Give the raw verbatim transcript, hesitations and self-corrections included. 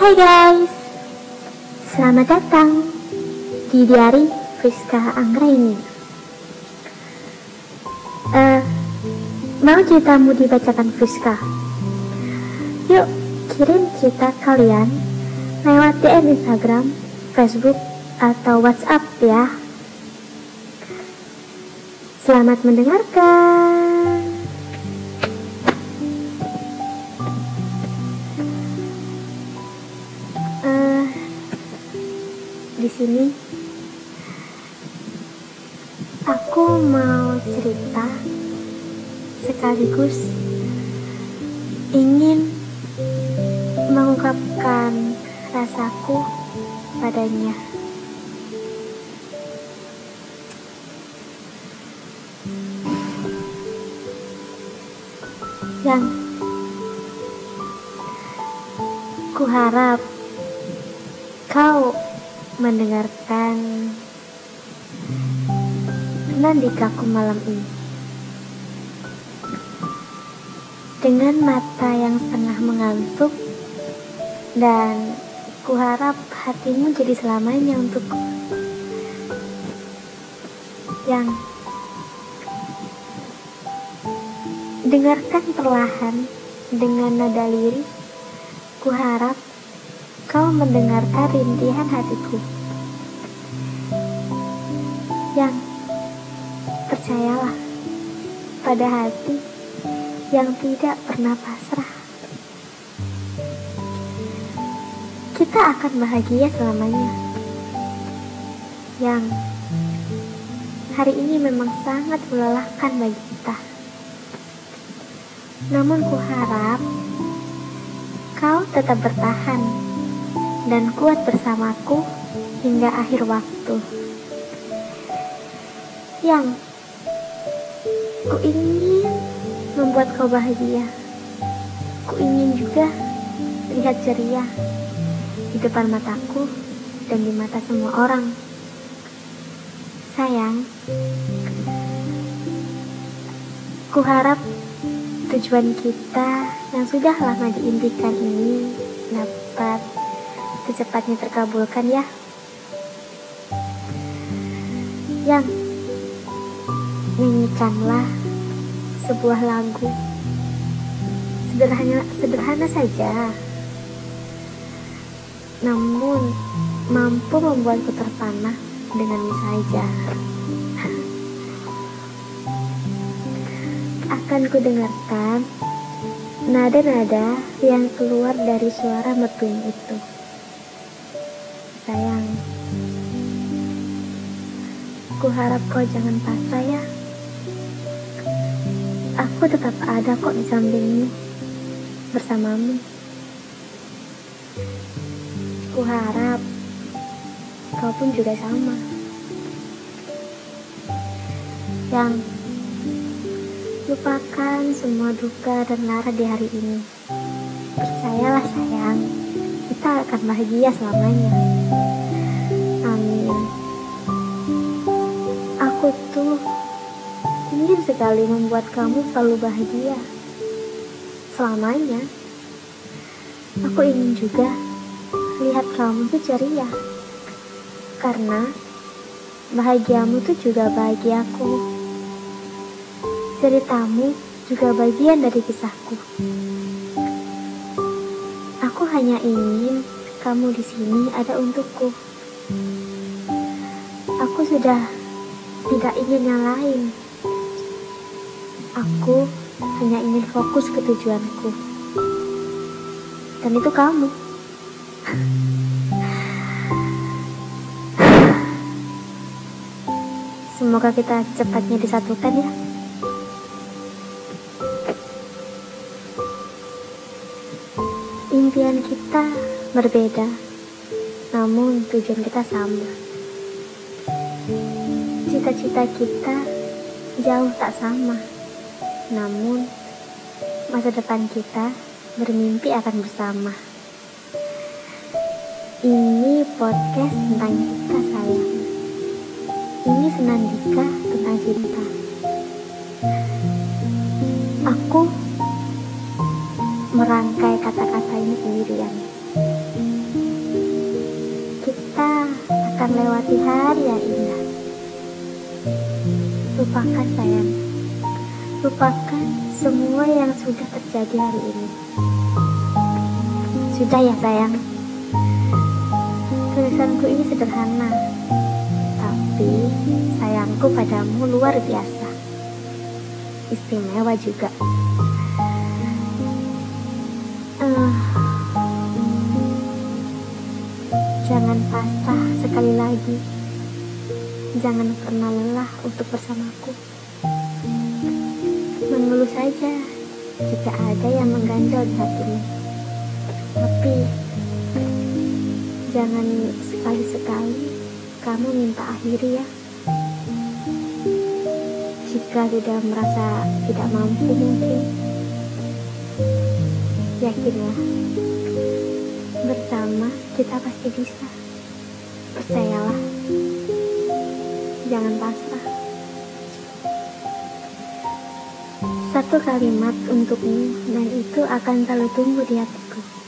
Hai guys, selamat datang di Diari Friska Anggraini. uh, Mau ceritamu dibacakan Friska? Yuk kirim cerita kalian lewat D M Instagram, Facebook, atau WhatsApp ya. Selamat mendengarkan. Uh, di sini aku mau cerita sekaligus ingin mengungkapkan rasaku padanya. Yang kuharap kau mendengarkan senandikaku malam ini dengan mata yang setengah mengantuk, dan kuharap hatimu jadi selamanya untukku. Yang dengarkan perlahan dengan nada lirih, kuharap kau mendengarkan rintihan hatiku. Yang percayalah pada hati yang tidak pernah pasrah. Kita akan bahagia selamanya. Yang hari ini memang sangat melelahkan bagi kita. Namun kuharap kau tetap bertahan dan kuat bersamaku hingga akhir waktu. Yang ku ingin membuat kau bahagia. Ku ingin juga lihat ceria di depan mataku dan di mata semua orang. Sayang, kuharap tujuan kita yang sudah lama diimpikan ini dapat secepatnya terkabulkan ya. Yang nyanyikanlah sebuah lagu sederhana sederhana saja, namun mampu membuatku terpana denganmu saja. Akan ku dengarkan nada-nada yang keluar dari suara mertuing itu. Sayang, ku harap kau jangan pasrah ya. Aku tetap ada kok di sampingmu, bersamamu. Ku harap kau pun juga sama. Yang lupakan semua duka dan lara di hari ini. Percayalah sayang, kita akan bahagia selamanya. Amin. Aku tuh ingin sekali membuat kamu selalu bahagia selamanya. Aku ingin juga lihat kamu tuh ceria, karena bahagiamu tuh juga bahagiaku. Ceritamu juga bagian dari kisahku. Aku hanya ingin kamu di sini ada untukku. Aku sudah tidak ingin yang lain. Aku hanya ingin fokus ke tujuanku, dan itu kamu. Semoga kita cepatnya disatukan ya. Impian kita berbeda, namun tujuan kita sama. Cita-cita kita jauh tak sama, namun masa depan kita bermimpi akan bersama. Ini podcast tentang kita sayang. Ini senandika tentang cinta. Aku merangkai kata-kata ini sendirian. akan lewati hari yang indah. Lupakan sayang, lupakan semua yang sudah terjadi hari ini. Sudah ya sayang, tulisanku ini sederhana, tapi sayangku padamu luar biasa, istimewa juga. Uh, jangan pasrah sekali lagi, jangan pernah lelah untuk bersamaku. Mengeluh saja jika ada yang mengganjal di hatimu, tapi jangan sekali-sekali kamu minta akhiri ya. Jika sudah merasa tidak mampu mungkin, yakinlah, bersama kita pasti bisa. Percayalah, jangan pasrah. Satu kalimat untukmu, dan itu akan selalu tumbuh di hatiku.